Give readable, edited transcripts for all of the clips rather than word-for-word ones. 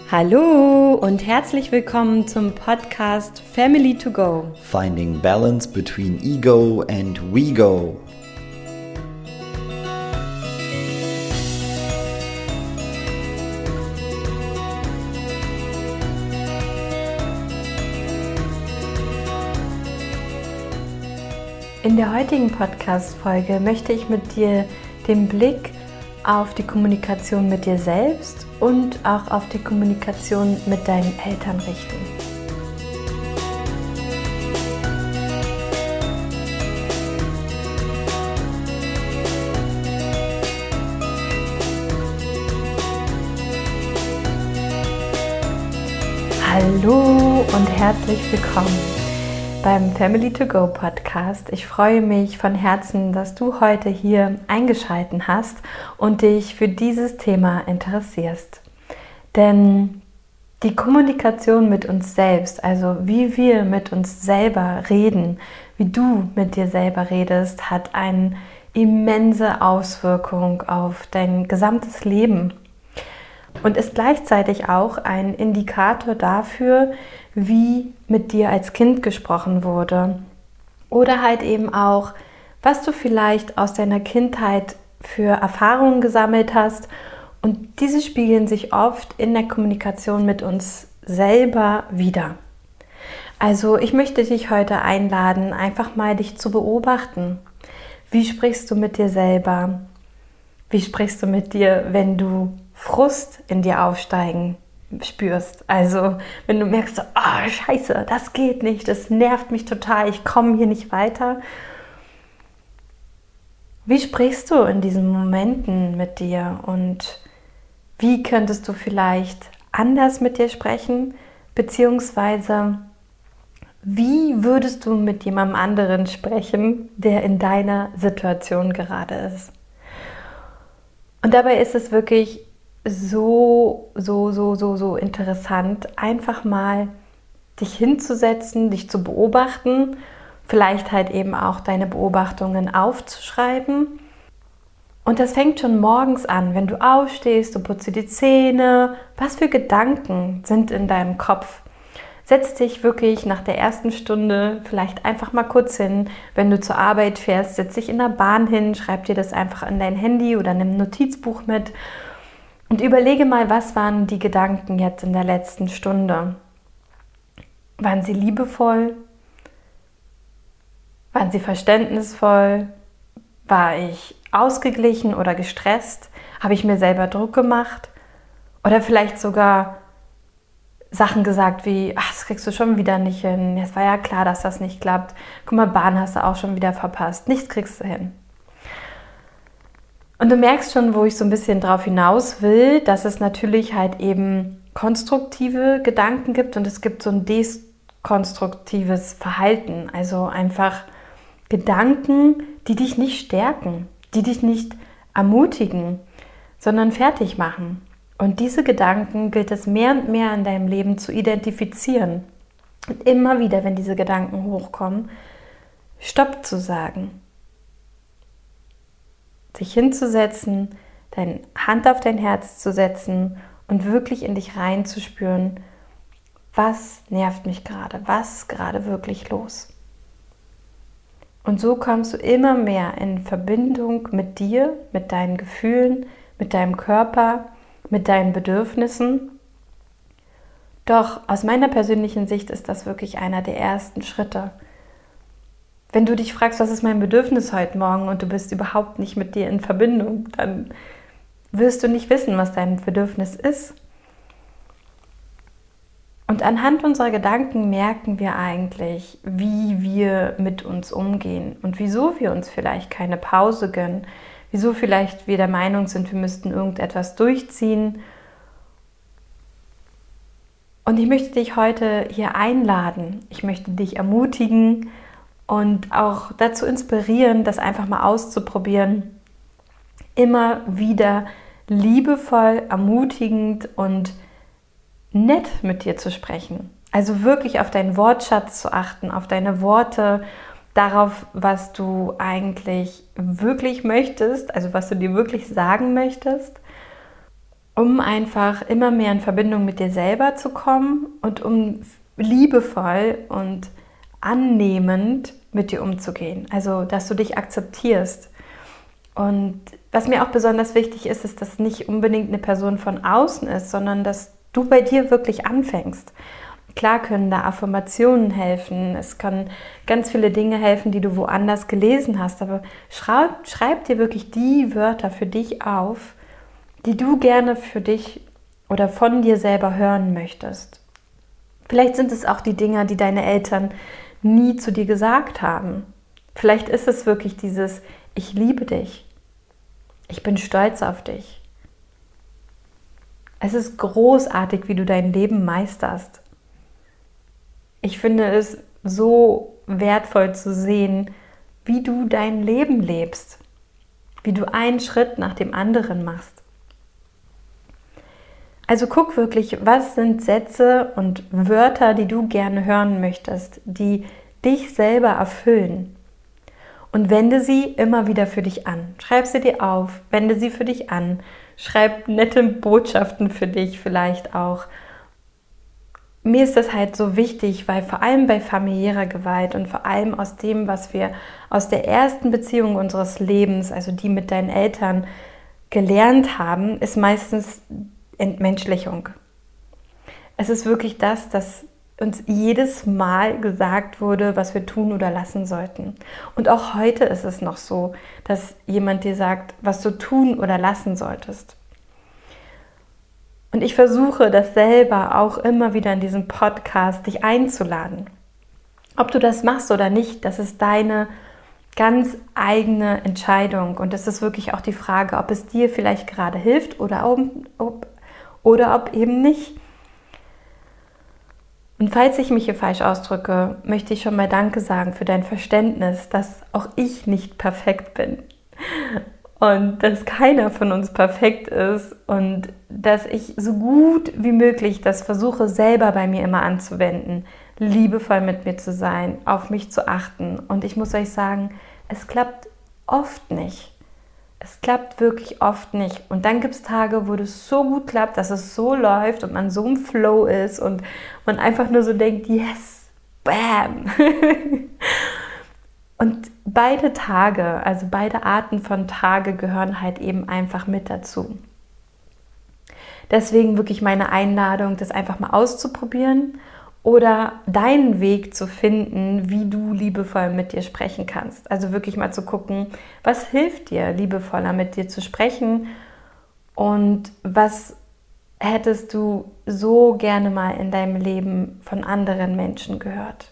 Hallo und herzlich willkommen zum Podcast Family to Go. Finding balance between ego and we go. In der heutigen Podcast-Folge möchte ich mit dir den Blick auf die Kommunikation mit dir selbst und auch auf die Kommunikation mit deinen Eltern richten. Hallo und herzlich willkommen beim Family to Go Podcast. Ich freue mich von Herzen, dass du heute hier eingeschaltet hast und dich für dieses Thema interessierst. Denn die Kommunikation mit uns selbst, also wie wir mit uns selber reden, wie du mit dir selber redest, hat eine immense Auswirkung auf dein gesamtes Leben und ist gleichzeitig auch ein Indikator dafür, wie mit dir als Kind gesprochen wurde oder halt eben auch, was du vielleicht aus deiner Kindheit für Erfahrungen gesammelt hast, und diese spiegeln sich oft in der Kommunikation mit uns selber wider. Also ich möchte dich heute einladen, einfach mal dich zu beobachten. Wie sprichst du mit dir selber? Wie sprichst du mit dir, wenn du Frust in dir aufsteigen spürst? Also wenn du merkst, oh Scheiße, das geht nicht, das nervt mich total, ich komme hier nicht weiter. Wie sprichst du in diesen Momenten mit dir und wie könntest du vielleicht anders mit dir sprechen, beziehungsweise wie würdest du mit jemandem anderen sprechen, der in deiner Situation gerade ist? Und dabei ist es wirklich so interessant, einfach mal dich hinzusetzen, dich zu beobachten, vielleicht halt eben auch deine Beobachtungen aufzuschreiben. Und das fängt schon morgens an, wenn du aufstehst, du putzt dir die Zähne. Was für Gedanken sind in deinem Kopf? Setz dich wirklich nach der ersten Stunde vielleicht einfach mal kurz hin. Wenn du zur Arbeit fährst, setz dich in der Bahn hin, schreib dir das einfach in dein Handy oder nimm ein Notizbuch mit. Und überlege mal, was waren die Gedanken jetzt in der letzten Stunde? Waren sie liebevoll? Waren sie verständnisvoll? War ich ausgeglichen oder gestresst? Habe ich mir selber Druck gemacht? Oder vielleicht sogar Sachen gesagt wie, ach, das kriegst du schon wieder nicht hin. Es war ja klar, dass das nicht klappt. Guck mal, Bahn hast du auch schon wieder verpasst. Nichts kriegst du hin. Und du merkst schon, wo ich so ein bisschen drauf hinaus will, dass es natürlich halt eben konstruktive Gedanken gibt und es gibt so ein dekonstruktives Verhalten. Also einfach Gedanken, die dich nicht stärken, die dich nicht ermutigen, sondern fertig machen. Und diese Gedanken gilt es mehr und mehr in deinem Leben zu identifizieren. Und immer wieder, wenn diese Gedanken hochkommen, Stopp zu sagen. Sich hinzusetzen, deine Hand auf dein Herz zu setzen und wirklich in dich reinzuspüren, was nervt mich gerade, was ist gerade wirklich los. Und so kommst du immer mehr in Verbindung mit dir, mit deinen Gefühlen, mit deinem Körper, mit deinen Bedürfnissen. Doch aus meiner persönlichen Sicht ist das wirklich einer der ersten Schritte. Wenn du dich fragst, was ist mein Bedürfnis heute Morgen und du bist überhaupt nicht mit dir in Verbindung, dann wirst du nicht wissen, was dein Bedürfnis ist. Und anhand unserer Gedanken merken wir eigentlich, wie wir mit uns umgehen und wieso wir uns vielleicht keine Pause gönnen, wieso vielleicht wir der Meinung sind, wir müssten irgendetwas durchziehen. Und ich möchte dich heute hier einladen, ich möchte dich ermutigen und auch dazu inspirieren, das einfach mal auszuprobieren, immer wieder liebevoll, ermutigend und nett mit dir zu sprechen. Also wirklich auf deinen Wortschatz zu achten, auf deine Worte, darauf, was du eigentlich wirklich möchtest, also was du dir wirklich sagen möchtest. um einfach immer mehr in Verbindung mit dir selber zu kommen und um liebevoll und annehmend mit dir umzugehen. Also, dass du dich akzeptierst. Und was mir auch besonders wichtig ist, ist, dass nicht unbedingt eine Person von außen ist, sondern dass du bei dir wirklich anfängst. Klar können da Affirmationen helfen, es können ganz viele Dinge helfen, die du woanders gelesen hast, aber schreib dir wirklich die Wörter für dich auf, die du gerne für dich oder von dir selber hören möchtest. Vielleicht sind es auch die Dinge, die deine Eltern nie zu dir gesagt haben. Vielleicht ist es wirklich dieses: Ich liebe dich. Ich bin stolz auf dich. Es ist großartig, wie du dein Leben meisterst. Ich finde es so wertvoll zu sehen, wie du dein Leben lebst, wie du einen Schritt nach dem anderen machst. Also guck wirklich, was sind Sätze und Wörter, die du gerne hören möchtest, die dich selber erfüllen. Und wende sie immer wieder für dich an. Schreib sie dir auf, wende sie für dich an. Schreib nette Botschaften für dich vielleicht auch. Mir ist das halt so wichtig, weil vor allem bei familiärer Gewalt und vor allem aus dem, was wir aus der ersten Beziehung unseres Lebens, also die mit deinen Eltern, gelernt haben, ist meistens Entmenschlichung. Es ist wirklich das, dass uns jedes Mal gesagt wurde, was wir tun oder lassen sollten. Und auch heute ist es noch so, dass jemand dir sagt, was du tun oder lassen solltest. Und ich versuche das selber auch immer wieder in diesem Podcast dich einzuladen. Ob du das machst oder nicht, das ist deine ganz eigene Entscheidung. Und es ist wirklich auch die Frage, ob es dir vielleicht gerade hilft oder ob eben nicht. Und falls ich mich hier falsch ausdrücke, möchte ich schon mal Danke sagen für dein Verständnis, dass auch ich nicht perfekt bin. Und dass keiner von uns perfekt ist und dass ich so gut wie möglich das versuche, selber bei mir immer anzuwenden, liebevoll mit mir zu sein, auf mich zu achten. Und ich muss euch sagen, es klappt oft nicht. Es klappt wirklich oft nicht. Und dann gibt es Tage, wo das so gut klappt, dass es so läuft und man so im Flow ist und man einfach nur so denkt, yes, bam. Und beide Tage, also beide Arten von Tage gehören halt eben einfach mit dazu. Deswegen wirklich meine Einladung, das einfach mal auszuprobieren oder deinen Weg zu finden, wie du liebevoll mit dir sprechen kannst. Also wirklich mal zu gucken, was hilft dir, liebevoller mit dir zu sprechen und was hättest du so gerne mal in deinem Leben von anderen Menschen gehört.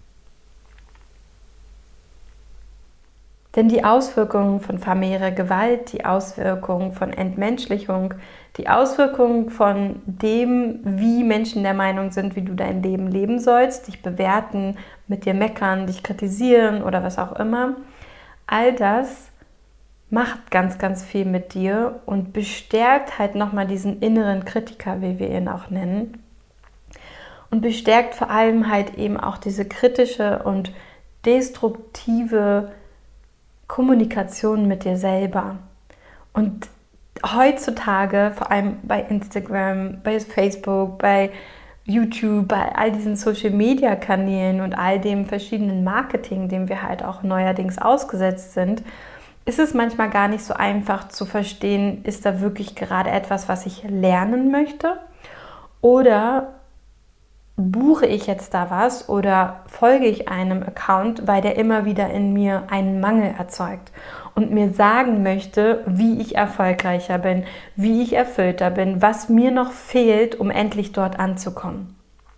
Denn die Auswirkungen von familiärer Gewalt, die Auswirkungen von Entmenschlichung, die Auswirkungen von dem, wie Menschen der Meinung sind, wie du dein Leben leben sollst, dich bewerten, mit dir meckern, dich kritisieren oder was auch immer, all das macht ganz, ganz viel mit dir und bestärkt halt nochmal diesen inneren Kritiker, wie wir ihn auch nennen. Und bestärkt vor allem halt eben auch diese kritische und destruktive Kommunikation mit dir selber. Und heutzutage, vor allem bei Instagram, bei Facebook, bei YouTube, bei all diesen Social-Media-Kanälen und all dem verschiedenen Marketing, dem wir halt auch neuerdings ausgesetzt sind, ist es manchmal gar nicht so einfach zu verstehen, ist da wirklich gerade etwas, was ich lernen möchte? Oder buche ich jetzt da was oder folge ich einem Account, weil der immer wieder in mir einen Mangel erzeugt und mir sagen möchte, wie ich erfolgreicher bin, wie ich erfüllter bin, was mir noch fehlt, um endlich dort anzukommen.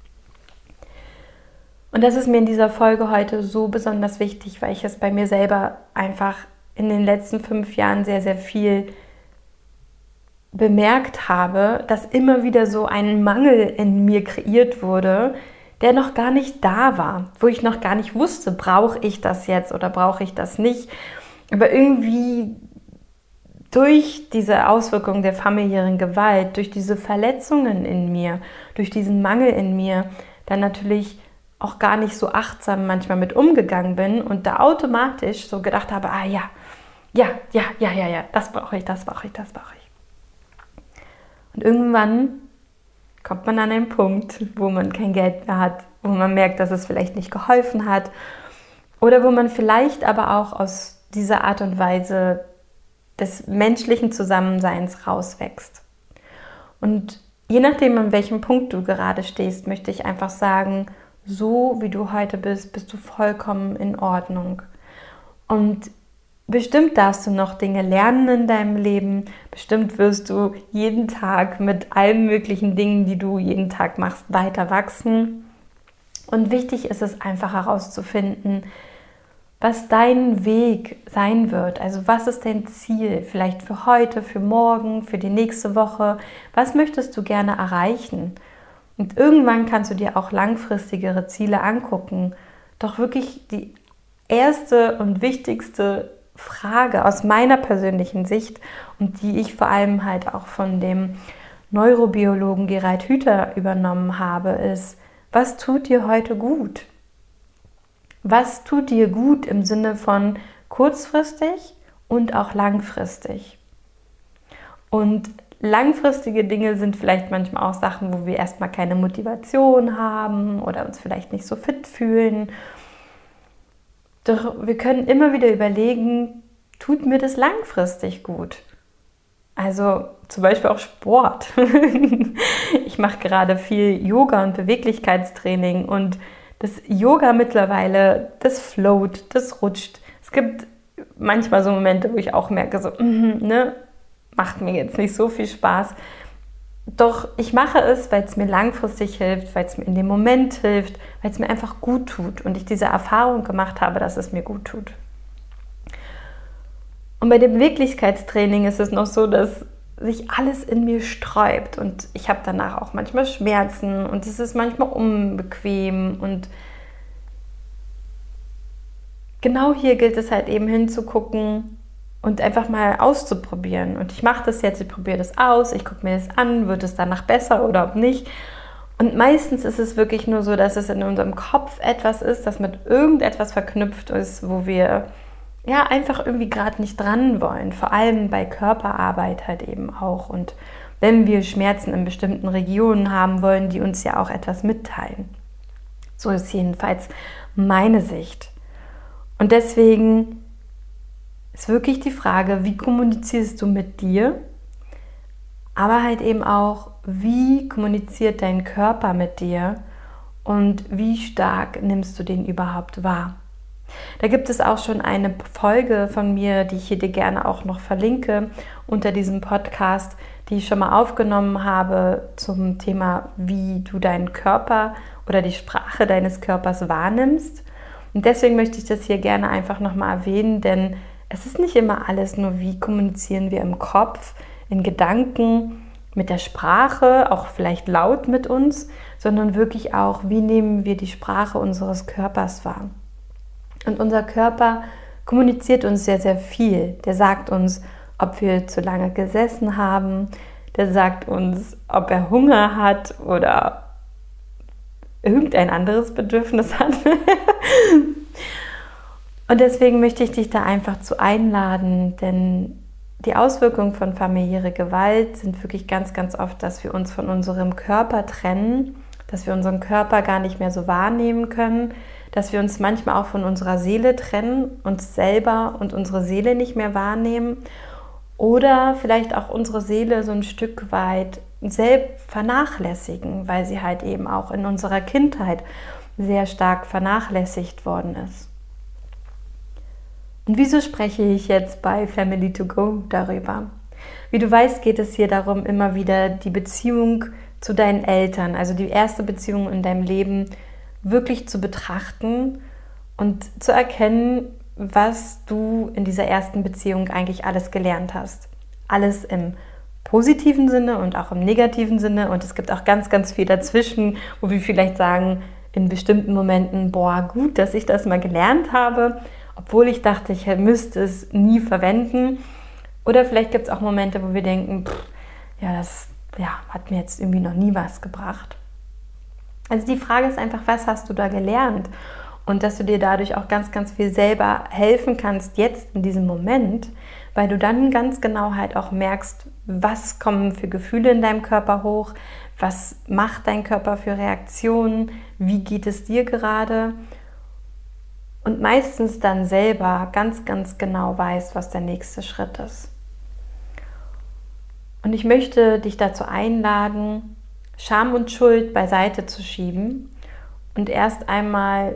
Und das ist mir in dieser Folge heute so besonders wichtig, weil ich es bei mir selber einfach in den letzten 5 Jahren sehr, sehr viel bemerkt habe, dass immer wieder so ein Mangel in mir kreiert wurde, der noch gar nicht da war, wo ich noch gar nicht wusste, brauche ich das jetzt oder brauche ich das nicht. Aber irgendwie durch diese Auswirkungen der familiären Gewalt, durch diese Verletzungen in mir, durch diesen Mangel in mir, dann natürlich auch gar nicht so achtsam manchmal mit umgegangen bin und da automatisch so gedacht habe, das brauche ich. Und irgendwann kommt man an einen Punkt, wo man kein Geld mehr hat, wo man merkt, dass es vielleicht nicht geholfen hat oder wo man vielleicht aber auch aus dieser Art und Weise des menschlichen Zusammenseins rauswächst. Und je nachdem, an welchem Punkt du gerade stehst, möchte ich einfach sagen, so wie du heute bist, bist du vollkommen in Ordnung. Und bestimmt darfst du noch Dinge lernen in deinem Leben. Bestimmt wirst du jeden Tag mit allen möglichen Dingen, die du jeden Tag machst, weiter wachsen. Und wichtig ist es einfach herauszufinden, was dein Weg sein wird. Also was ist dein Ziel? Vielleicht für heute, für morgen, für die nächste Woche. Was möchtest du gerne erreichen? Und irgendwann kannst du dir auch langfristigere Ziele angucken. Doch wirklich die erste und wichtigste Frage aus meiner persönlichen Sicht und die ich vor allem halt auch von dem Neurobiologen Gerald Hüther übernommen habe, ist, was tut dir heute gut? Was tut dir gut im Sinne von kurzfristig und auch langfristig? Und langfristige Dinge sind vielleicht manchmal auch Sachen, wo wir erstmal keine Motivation haben oder uns vielleicht nicht so fit fühlen. Doch wir können immer wieder überlegen, tut mir das langfristig gut? Also zum Beispiel auch Sport. Ich mache gerade viel Yoga und Beweglichkeitstraining und das Yoga mittlerweile, das float, das rutscht. Es gibt manchmal so Momente, wo ich auch merke, so, macht mir jetzt nicht so viel Spaß. Doch ich mache es, weil es mir langfristig hilft, weil es mir in dem Moment hilft, weil es mir einfach gut tut und ich diese Erfahrung gemacht habe, dass es mir gut tut. Und bei dem Beweglichkeitstraining ist es noch so, dass sich alles in mir sträubt und ich habe danach auch manchmal Schmerzen und es ist manchmal unbequem und genau hier gilt es halt eben hinzugucken und einfach mal auszuprobieren. Und ich mache das jetzt, ich probiere das aus, ich gucke mir das an, wird es danach besser oder ob nicht. Und meistens ist es wirklich nur so, dass es in unserem Kopf etwas ist, das mit irgendetwas verknüpft ist, wo wir ja einfach irgendwie gerade nicht dran wollen. Vor allem bei Körperarbeit halt eben auch. Und wenn wir Schmerzen in bestimmten Regionen haben wollen, die uns ja auch etwas mitteilen. So ist jedenfalls meine Sicht. Und deswegen ist wirklich die Frage, wie kommunizierst du mit dir, aber halt eben auch, wie kommuniziert dein Körper mit dir und wie stark nimmst du den überhaupt wahr. Da gibt es auch schon eine Folge von mir, die ich hier dir gerne auch noch verlinke unter diesem Podcast, die ich schon mal aufgenommen habe zum Thema, wie du deinen Körper oder die Sprache deines Körpers wahrnimmst. Und deswegen möchte ich das hier gerne einfach nochmal erwähnen, denn es ist nicht immer alles nur, wie kommunizieren wir im Kopf, in Gedanken, mit der Sprache, auch vielleicht laut mit uns, sondern wirklich auch, wie nehmen wir die Sprache unseres Körpers wahr. Und unser Körper kommuniziert uns sehr, sehr viel. Der sagt uns, ob wir zu lange gesessen haben. Der sagt uns, ob er Hunger hat oder irgendein anderes Bedürfnis hat. Und deswegen möchte ich dich da einfach zu einladen, denn die Auswirkungen von familiärer Gewalt sind wirklich ganz, ganz oft, dass wir uns von unserem Körper trennen, dass wir unseren Körper gar nicht mehr so wahrnehmen können, dass wir uns manchmal auch von unserer Seele trennen, uns selber und unsere Seele nicht mehr wahrnehmen oder vielleicht auch unsere Seele so ein Stück weit selbst vernachlässigen, weil sie halt eben auch in unserer Kindheit sehr stark vernachlässigt worden ist. Und wieso spreche ich jetzt bei Family to Go darüber? Wie du weißt, geht es hier darum, immer wieder die Beziehung zu deinen Eltern, also die erste Beziehung in deinem Leben, wirklich zu betrachten und zu erkennen, was du in dieser ersten Beziehung eigentlich alles gelernt hast. Alles im positiven Sinne und auch im negativen Sinne. Und es gibt auch ganz, ganz viel dazwischen, wo wir vielleicht sagen, in bestimmten Momenten, boah, gut, dass ich das mal gelernt habe, obwohl ich dachte, ich müsste es nie verwenden. Oder vielleicht gibt es auch Momente, wo wir denken, das hat mir jetzt irgendwie noch nie was gebracht. Also die Frage ist einfach, was hast du da gelernt? Und dass du dir dadurch auch ganz, ganz viel selber helfen kannst, jetzt in diesem Moment, weil du dann ganz genau halt auch merkst, Was kommen für Gefühle in deinem Körper hoch? Was macht dein Körper für Reaktionen? Wie geht es dir gerade? Und meistens dann selber ganz, ganz genau weißt, was der nächste Schritt ist. Und ich möchte dich dazu einladen, Scham und Schuld beiseite zu schieben und erst einmal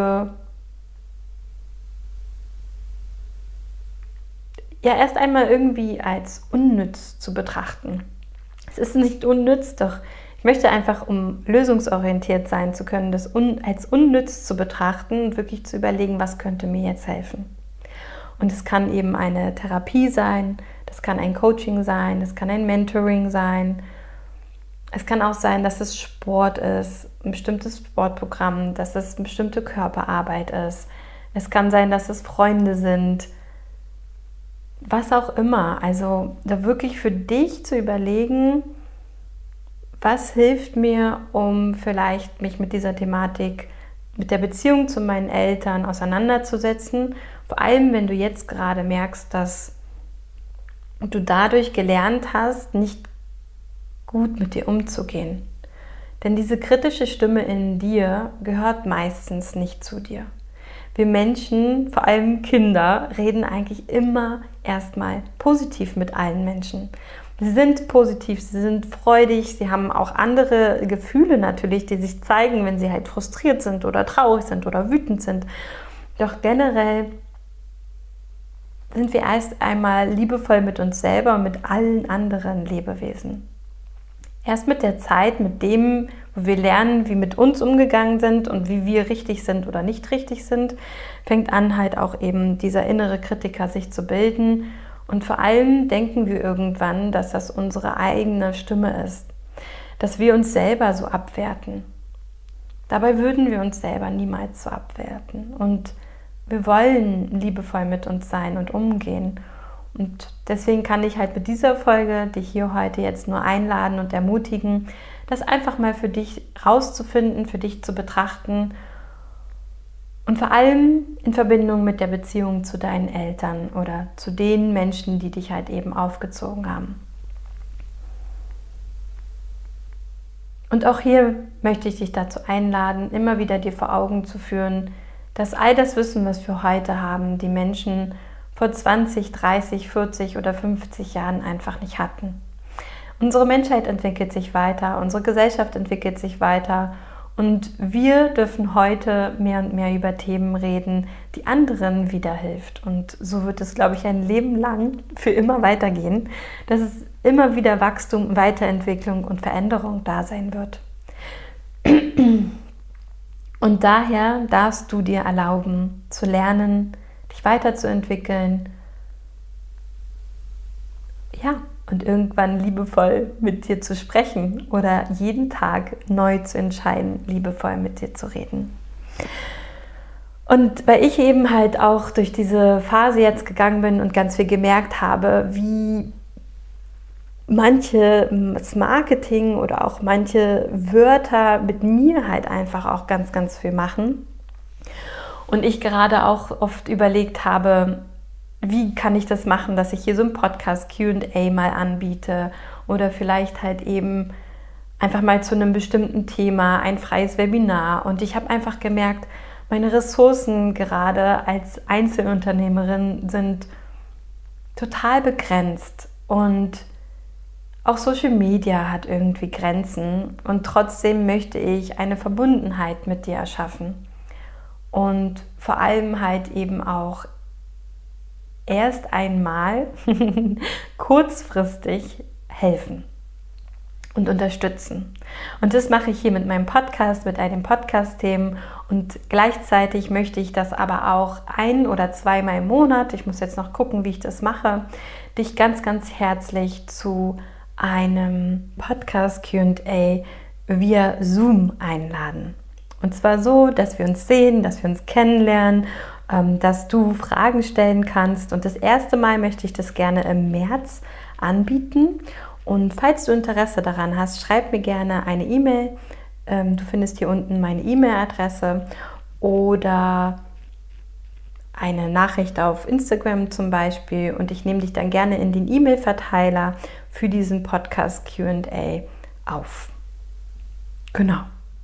irgendwie als unnütz zu betrachten. Es ist nicht unnütz, doch ich möchte einfach, um lösungsorientiert sein zu können, das als unnütz zu betrachten und wirklich zu überlegen, was könnte mir jetzt helfen. Und es kann eben eine Therapie sein, das kann ein Coaching sein, das kann ein Mentoring sein. Es kann auch sein, dass es Sport ist, ein bestimmtes Sportprogramm, dass es eine bestimmte Körperarbeit ist. Es kann sein, dass es Freunde sind, was auch immer. Also da wirklich für dich zu überlegen, was hilft mir, um vielleicht mich mit dieser Thematik, mit der Beziehung zu meinen Eltern auseinanderzusetzen. Vor allem, wenn du jetzt gerade merkst, dass du dadurch gelernt hast, nicht gut mit dir umzugehen. Denn diese kritische Stimme in dir gehört meistens nicht zu dir. Wir Menschen, vor allem Kinder, reden eigentlich immer erstmal positiv mit allen Menschen. Sie sind positiv, sie sind freudig, sie haben auch andere Gefühle natürlich, die sich zeigen, wenn sie halt frustriert sind oder traurig sind oder wütend sind. Doch generell sind wir erst einmal liebevoll mit uns selber und mit allen anderen Lebewesen. Erst mit der Zeit, mit dem, wo wir lernen, wie mit uns umgegangen sind und wie wir richtig sind oder nicht richtig sind, fängt an halt auch eben dieser innere Kritiker sich zu bilden. Und vor allem denken wir irgendwann, dass das unsere eigene Stimme ist, dass wir uns selber so abwerten. Dabei würden wir uns selber niemals so abwerten. Und wir wollen liebevoll mit uns sein und umgehen. Und deswegen kann ich halt mit dieser Folge dich hier heute jetzt nur einladen und ermutigen, das einfach mal für dich rauszufinden, für dich zu betrachten und vor allem in Verbindung mit der Beziehung zu deinen Eltern oder zu den Menschen, die dich halt eben aufgezogen haben. Und auch hier möchte ich dich dazu einladen, immer wieder dir vor Augen zu führen, dass all das Wissen, was wir heute haben, die Menschen vor 20, 30, 40 oder 50 Jahren einfach nicht hatten. Unsere Menschheit entwickelt sich weiter, unsere Gesellschaft entwickelt sich weiter und wir dürfen heute mehr und mehr über Themen reden, die anderen wieder hilft. Und so wird es, glaube ich, ein Leben lang für immer weitergehen, dass es immer wieder Wachstum, Weiterentwicklung und Veränderung da sein wird. Und daher darfst du dir erlauben, zu lernen, dich weiterzuentwickeln, ja, und irgendwann liebevoll mit dir zu sprechen oder jeden Tag neu zu entscheiden, liebevoll mit dir zu reden. Und weil ich eben halt auch durch diese Phase jetzt gegangen bin und ganz viel gemerkt habe, wie manches Marketing oder auch manche Wörter mit mir halt einfach auch ganz, ganz viel machen. Und ich gerade auch oft überlegt habe, wie kann ich das machen, dass ich hier so einen Podcast Q&A mal anbiete oder vielleicht halt eben einfach mal zu einem bestimmten Thema ein freies Webinar. Und ich habe einfach gemerkt, meine Ressourcen gerade als Einzelunternehmerin sind total begrenzt und auch Social Media hat irgendwie Grenzen und trotzdem möchte ich eine Verbundenheit mit dir erschaffen und vor allem halt eben auch erst einmal kurzfristig helfen und unterstützen. Und das mache ich hier mit meinem Podcast, mit all den Podcast-Themen und gleichzeitig möchte ich das aber auch 1- oder 2-mal im Monat, ich muss jetzt noch gucken, wie ich das mache, dich ganz, ganz herzlich zu einem Podcast Q&A via Zoom einladen. Und zwar so, dass wir uns sehen, dass wir uns kennenlernen, dass du Fragen stellen kannst. Und das erste Mal möchte ich das gerne im März anbieten. Und falls du Interesse daran hast, schreib mir gerne eine E-Mail. Du findest hier unten meine E-Mail-Adresse oder eine Nachricht auf Instagram zum Beispiel und ich nehme dich dann gerne in den E-Mail-Verteiler für diesen Podcast Q&A auf. Genau.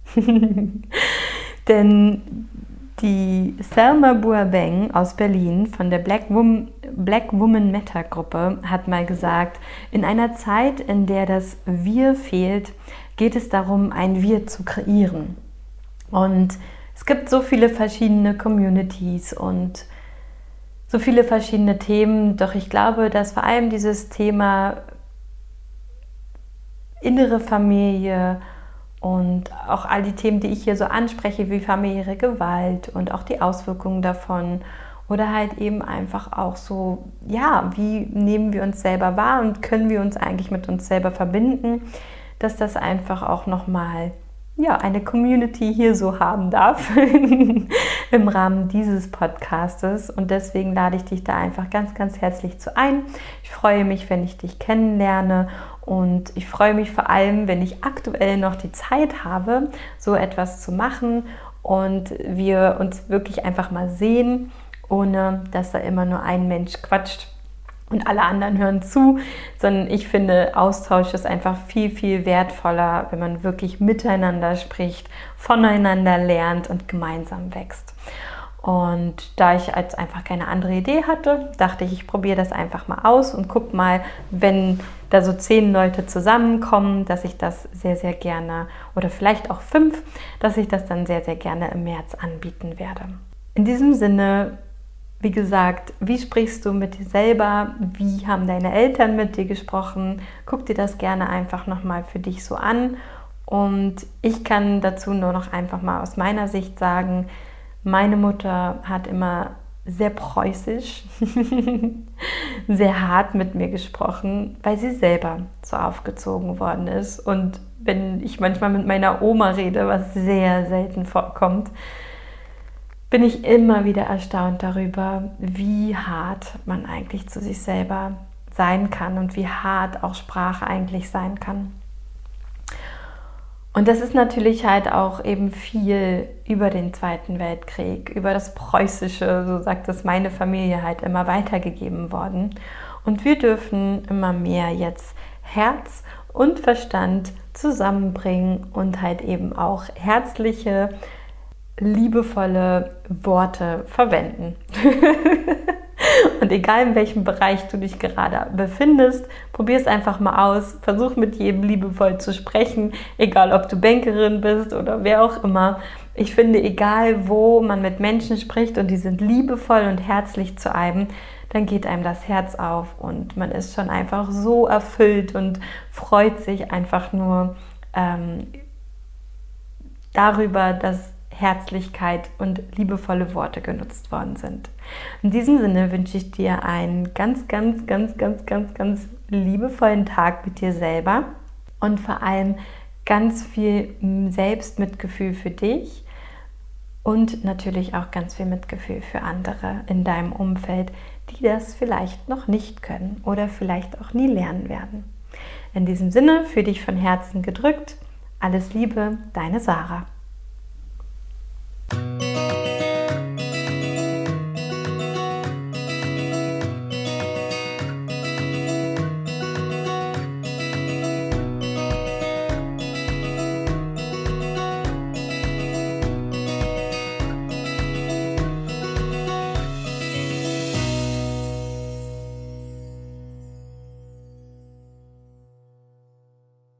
Denn die Selma Boabeng aus Berlin von der Black Woman Matter Gruppe hat mal gesagt, in einer Zeit, in der das Wir fehlt, geht es darum, ein Wir zu kreieren. Und es gibt so viele verschiedene Communities und so viele verschiedene Themen, doch ich glaube, dass vor allem dieses Thema innere Familie und auch all die Themen, die ich hier so anspreche, wie familiäre Gewalt und auch die Auswirkungen davon oder halt eben einfach auch so, ja, wie nehmen wir uns selber wahr und können wir uns eigentlich mit uns selber verbinden, dass das einfach auch nochmal eine Community hier so haben darf im Rahmen dieses Podcastes und deswegen lade ich dich da einfach ganz, ganz herzlich zu ein. Ich freue mich, wenn ich dich kennenlerne und ich freue mich vor allem, wenn ich aktuell noch die Zeit habe, so etwas zu machen und wir uns wirklich einfach mal sehen, ohne dass da immer nur ein Mensch quatscht und alle anderen hören zu, sondern ich finde, Austausch ist einfach viel, viel wertvoller, wenn man wirklich miteinander spricht, voneinander lernt und gemeinsam wächst. Und da ich jetzt einfach keine andere Idee hatte, dachte ich, ich probiere das einfach mal aus und guck mal, wenn da so 10 Leute zusammenkommen, dass ich das sehr, sehr gerne, oder vielleicht auch 5, dass ich das dann sehr, sehr gerne im März anbieten werde. In diesem Sinne, wie gesagt, wie sprichst du mit dir selber? Wie haben deine Eltern mit dir gesprochen? Guck dir das gerne einfach nochmal für dich so an. Und ich kann dazu nur noch einfach mal aus meiner Sicht sagen, meine Mutter hat immer sehr preußisch, sehr hart mit mir gesprochen, weil sie selber so aufgezogen worden ist. Und wenn ich manchmal mit meiner Oma rede, was sehr selten vorkommt, bin ich immer wieder erstaunt darüber, wie hart man eigentlich zu sich selber sein kann und wie hart auch Sprache eigentlich sein kann. Und das ist natürlich halt auch eben viel über den Zweiten Weltkrieg, über das Preußische, so sagt es meine Familie, halt immer weitergegeben worden. Und wir dürfen immer mehr jetzt Herz und Verstand zusammenbringen und halt eben auch herzliche, liebevolle Worte verwenden. Und egal in welchem Bereich du dich gerade befindest, probier es einfach mal aus. Versuch mit jedem liebevoll zu sprechen, egal ob du Bankerin bist oder wer auch immer. Ich finde, egal wo man mit Menschen spricht und die sind liebevoll und herzlich zu einem, dann geht einem das Herz auf und man ist schon einfach so erfüllt und freut sich einfach nur darüber, dass Herzlichkeit und liebevolle Worte genutzt worden sind. In diesem Sinne wünsche ich dir einen ganz, ganz, ganz, ganz, ganz, ganz liebevollen Tag mit dir selber und vor allem ganz viel Selbstmitgefühl für dich und natürlich auch ganz viel Mitgefühl für andere in deinem Umfeld, die das vielleicht noch nicht können oder vielleicht auch nie lernen werden. In diesem Sinne, für dich von Herzen gedrückt. Alles Liebe, deine Sarah.